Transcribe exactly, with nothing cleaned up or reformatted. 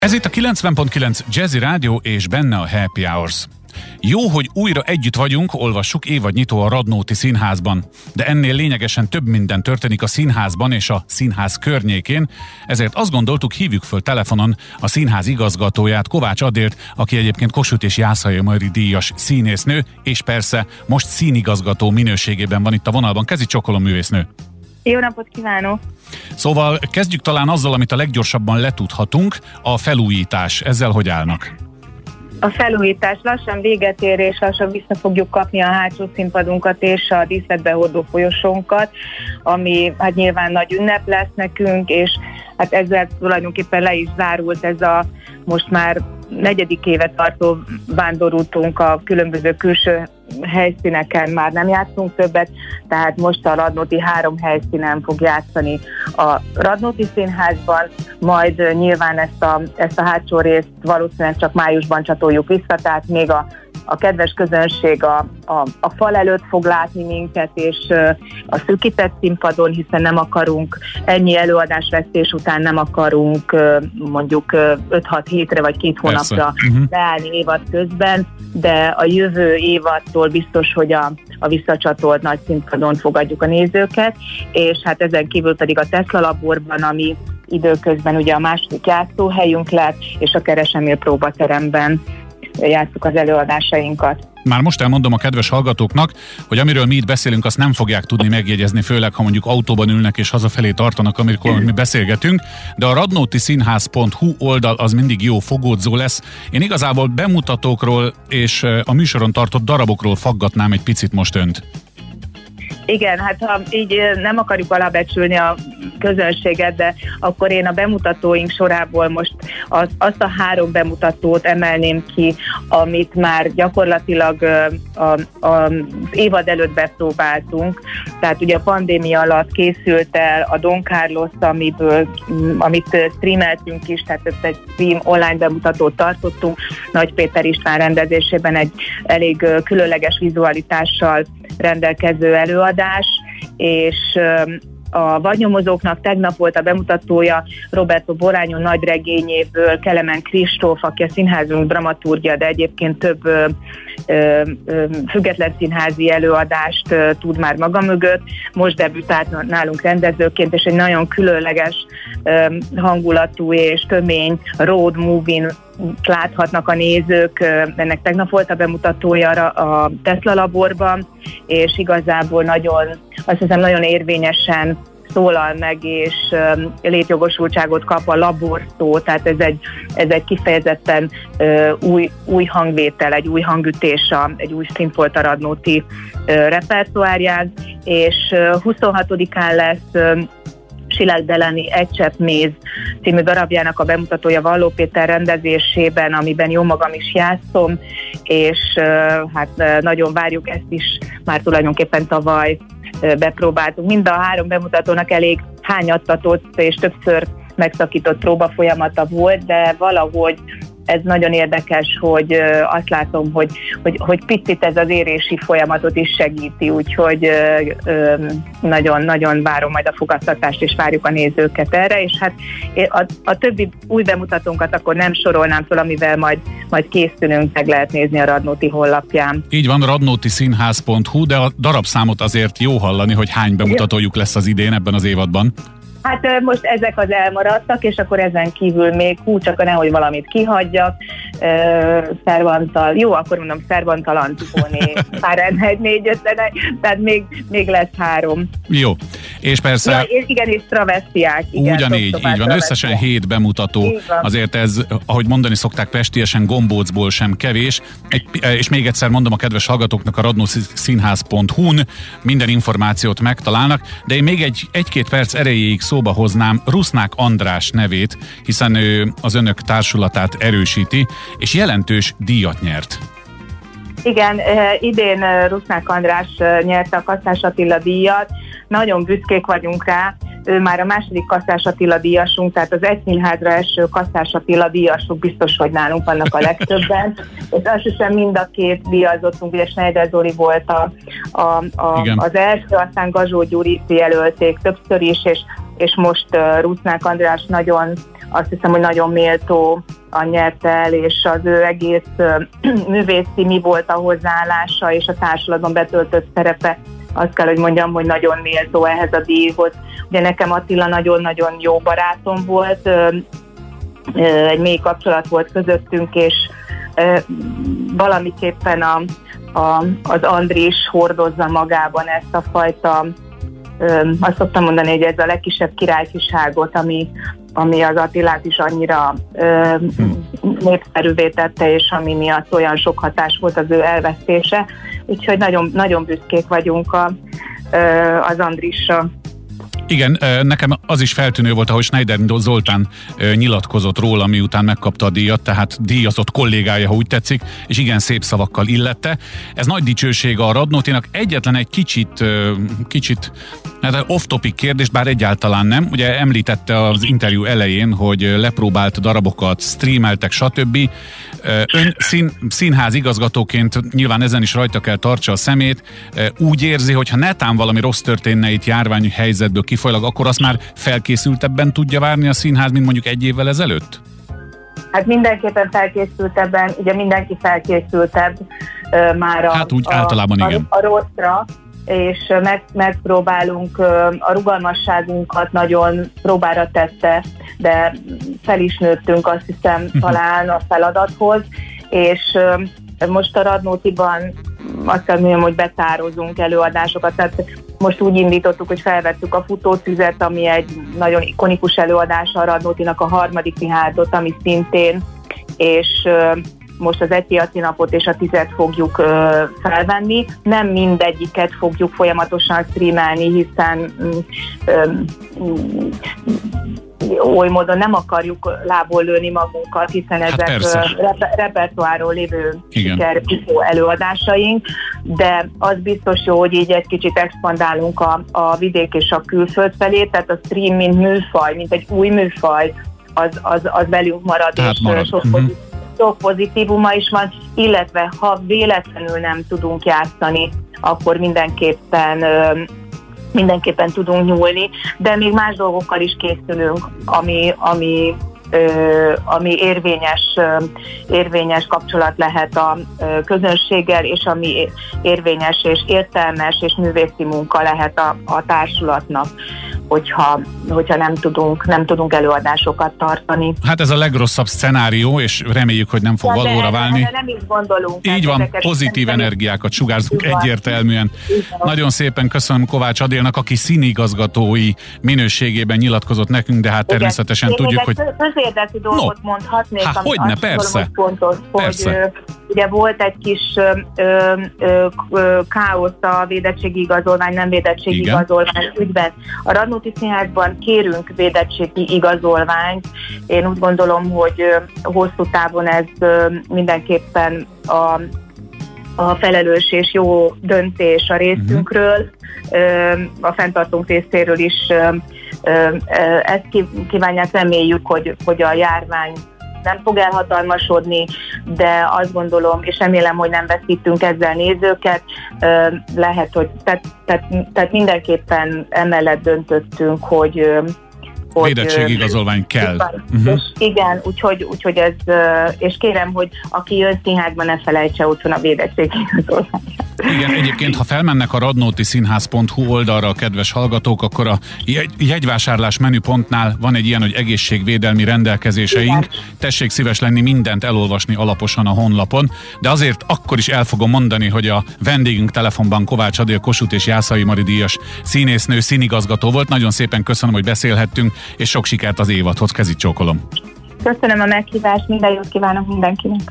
Ez itt a kilencven pont kilenc Jazzy Rádió és benne a Happy Hours. Jó, hogy újra együtt vagyunk, olvassuk évadnyitó a Radnóti Színházban, de ennél lényegesen több minden történik a színházban és a színház környékén, ezért azt gondoltuk, hívjuk föl telefonon a színház igazgatóját, Kovács Adélt, aki egyébként Kossuth és Jászai Mari díjas színésznő, és persze most színigazgató minőségében van itt a vonalban. Kezi csokolom, művésznő! Jó napot kívánok! Szóval kezdjük talán azzal, amit a leggyorsabban letudhatunk, a felújítás. Ezzel hogy állnak? A felújítás lassan véget ér, és lassan vissza fogjuk kapni a hátsó színpadunkat és a díszletbehordó folyosónkat, ami hát nyilván nagy ünnep lesz nekünk, és hát ezzel tulajdonképpen le is zárult ez a most már negyedik éve tartó vándorútunk, a különböző külső helyszíneken már nem játszunk többet, tehát most a Radnóti három helyszínen fog játszani a Radnóti Színházban, majd nyilván ezt a, ezt a hátsó részt valószínűleg csak májusban csatoljuk vissza, tehát még a A kedves közönség a, a, a fal előtt fog látni minket, és a szűkített színpadon, hiszen nem akarunk ennyi előadásvesztés után nem akarunk mondjuk öt-hat hétre vagy két hónapra uh-huh. leállni évad közben, de a jövő évadtól biztos, hogy a, a visszacsatolt nagy színpadon fogadjuk a nézőket, és hát ezen kívül pedig a Tesla laborban, ami időközben ugye a második játszóhelyünk lett, és a Keresemél próbateremben játsszuk az előadásainkat. Már most elmondom a kedves hallgatóknak, hogy amiről mi itt beszélünk, azt nem fogják tudni megjegyezni, főleg ha mondjuk autóban ülnek és hazafelé tartanak, amikor mi beszélgetünk, de a radnóti színház pont hu oldal az mindig jó fogódzó lesz. Én igazából bemutatókról és a műsoron tartott darabokról faggatnám egy picit most önt. Igen, hát ha így nem akarjuk alábecsülni a közönséget, de akkor én a bemutatóink sorából most az, azt a három bemutatót emelném ki, amit már gyakorlatilag a, a, az évad előtt bepróbáltunk. Tehát ugye a pandémia alatt készült el a Don Carlos, amiből, amit streameltünk is, tehát egy stream online bemutatót tartottunk, Nagy Péter István rendezésében egy elég különleges vizualitással rendelkező előadás, és a vadnyomozóknak tegnap volt a bemutatója Roberto Borányo nagyregényéből, Kelemen Kristóf, aki a színházunk dramaturgia, de egyébként több ö, ö, ö, független színházi előadást ö, tud már maga mögött. Most debütált nálunk rendezőként, és egy nagyon különleges ö, hangulatú és tömény road movie-n láthatnak a nézők. Ennek tegnap volt a bemutatója a Tesla laborban, és igazából nagyon, azt hiszem nagyon érvényesen szólal meg, és um, létjogosultságot kap a laborszó, tehát ez egy, ez egy kifejezetten uh, új, új hangvétel, egy új hangütés, a, egy új szint volt a Radnóti uh, repertoárján, és uh, huszonhatodikán lesz um, Silák Deleni Egy csepp méz című darabjának a bemutatója Valló Péter rendezésében, amiben jó magam is játszom, és uh, hát uh, nagyon várjuk ezt is, már tulajdonképpen tavaly uh, bepróbáltuk. Mind a három bemutatónak elég hányattatott és többször megszakított próba folyamata volt, de valahogy ez nagyon érdekes, hogy ö, azt látom, hogy, hogy, hogy picit ez az érési folyamatot is segíti, úgyhogy nagyon-nagyon várom majd a fogadtatást, és várjuk a nézőket erre, és hát a, a többi új bemutatónkat akkor nem sorolnám fel, amivel majd, majd készülünk, meg lehet nézni a Radnóti honlapján. Így van, radnóti színház pont hu, de a darabszámot azért jó hallani, hogy hány bemutatójuk lesz az idén ebben az évadban. Hát most ezek az elmaradtak, és akkor ezen kívül még hú, csak nehogy valamit kihagyjak. Szervantal, jó, akkor mondom Szervantal, Antigóné, Fahrenheit négyszázötven, tehát még, még lesz három. Jó, és persze... Ja, igen, és travesztiák. Igen, ugyanígy, így van, travesztiák. Összesen hét bemutató, azért ez, ahogy mondani szokták pestiesen, gombócból sem kevés. Egy, és még egyszer mondom a kedves hallgatóknak, a radnóti színház pont hu-n minden információt megtalálnak, de én még egy, egy-két perc erejéig szóba hoznám Rusznák András nevét, hiszen ő az önök társulatát erősíti, és jelentős díjat nyert. Igen, idén Rusznák András nyerte a Kaszás Attila díjat, nagyon büszkék vagyunk rá, ő már a második Kaszás Attila díjasunk, tehát az egy színházra eső Kaszás Attila díjasok biztos, hogy nálunk vannak a legtöbben, és azt hiszem mind a két díjazottunk, ugye Schneider Zoli volt a, a, a, az első, aztán Gazsó Gyurit jelölték többször is, és, és most uh, Rusznák András nagyon azt hiszem, hogy nagyon méltó a nyerte el, és az ő egész művészi mi volt a hozzáállása, és a társulatban betöltött szerepe, azt kell, hogy mondjam, hogy nagyon méltó ehhez a díjhoz. Ugye nekem Attila nagyon-nagyon jó barátom volt, egy mély kapcsolat volt közöttünk, és valamiképpen a, a, az Andris hordozza magában ezt a fajta, azt szoktam mondani, hogy ez a legkisebb királyfiságot, ami, ami az Attilát is annyira ö, népszerűvé tette, és ami miatt olyan sok hatás volt az ő elvesztése. Úgyhogy nagyon, nagyon büszkék vagyunk a, ö, az Andrissra. Igen, nekem az is feltűnő volt, ahogy Schneider Zoltán nyilatkozott róla, miután megkapta a díjat, tehát díjazott kollégája, ha úgy tetszik, és igen szép szavakkal illette. Ez nagy dicsőség a Radnótinak. Egyetlen egy kicsit, kicsit hát off-topic kérdés, bár egyáltalán nem. Ugye említette az interjú elején, hogy lepróbált darabokat, streameltek, stb. Ön szín, színház igazgatóként nyilván ezen is rajta kell tartsa a szemét. Úgy érzi, hogy ha netán valami rossz történne itt járvány helyzetből kifolyólag, akkor azt már felkészültebben tudja várni a színház, mint mondjuk egy évvel ezelőtt? Hát mindenképpen felkészültebben, ugye mindenki felkészültebb uh, már a, hát úgy a, általában a, igen. a, a rosszra, és meg, megpróbálunk uh, a rugalmasságunkat nagyon próbára tette, de fel is nőttünk, azt hiszem, uh-huh. talán a feladathoz, és uh, most a Radnótiban azt kell mondjam, hogy betározunk előadásokat, tehát most úgy indítottuk, hogy felvettük a Futótüzet, ami egy nagyon ikonikus előadása a Radnótinak, a harmadik Rihárdot, ami szintén, és uh, most az Egy piaci napot és a Tizet fogjuk uh, felvenni. Nem mindegyiket fogjuk folyamatosan streamelni, hiszen um, um, oly módon nem akarjuk lából lőni magunkat, hiszen hát ezek reper- repertoáról lévő sikerpító előadásaink, de az biztos jó, hogy így egy kicsit expandálunk a, a vidék és a külföld felé, tehát a stream, mint műfaj, mint egy új műfaj, az, az, az velünk marad, tehát és marad. sok, uh-huh. sok pozitívuma is van, illetve ha véletlenül nem tudunk játszani, akkor mindenképpen mindenképpen tudunk nyúlni, de még más dolgokkal is készülünk, ami, ami, ö, ami érvényes, ö, érvényes kapcsolat lehet a ö, közönséggel, és ami érvényes és értelmes és művészi munka lehet a, a társulatnak, hogyha, hogyha nem tudunk, nem tudunk előadásokat tartani. Hát ez a legrosszabb szenárió, és reméljük, hogy nem fog ja, valóra válni. Nem is gondolunk. Így van, pozitív energiákat sugárzunk egyértelműen. Nagyon szépen köszönöm Kovács Adélnak, aki színigazgatói minőségében nyilatkozott nekünk, de hát természetesen igen. tudjuk, hogy... közérdekű dolgot no. mondhatnék, Há, ami hogyne, persze. Hogy fontos, persze. hogy ugye volt egy kis ö, ö, ö, káosz a védettségi igazolvány, nem védettségi igen. igazolvány ügyben. A Radnóti Színházban kérünk védettségi igazolványt. Én úgy gondolom, hogy hosszú távon ez mindenképpen a, a felelős és jó döntés a részünkről, uh-huh. a fenntartónk részéről is ezt kívánják, reméljük, hogy, hogy a járvány nem fog elhatalmasodni, de azt gondolom, és remélem, hogy nem veszítünk ezzel nézőket, lehet, hogy tehát, tehát, tehát mindenképpen emellett döntöttünk, hogy védettségigazolvány kell. Uh-huh. És igen, úgyhogy, úgyhogy ez, és kérem, hogy aki jön színházba, ne felejtse otthon a védettségigazolványt. Igen, egyébként, ha felmennek a radnóti színház pont hu oldalra a kedves hallgatók, akkor a jegy, jegyvásárlás menüpontnál van egy ilyen, hogy egészségvédelmi rendelkezéseink. Igen. Tessék szíves lenni mindent elolvasni alaposan a honlapon, de azért akkor is el fogom mondani, hogy a vendégünk telefonban Kovács Adél, Kossuth és Jászai Mari díjas színésznő, színigazgató volt. Nagyon szépen köszönöm, hogy beszélhettünk, és sok sikert az évadhoz. Kezit csókolom. Köszönöm a meghívást, minden jót kívánok mindenkinek.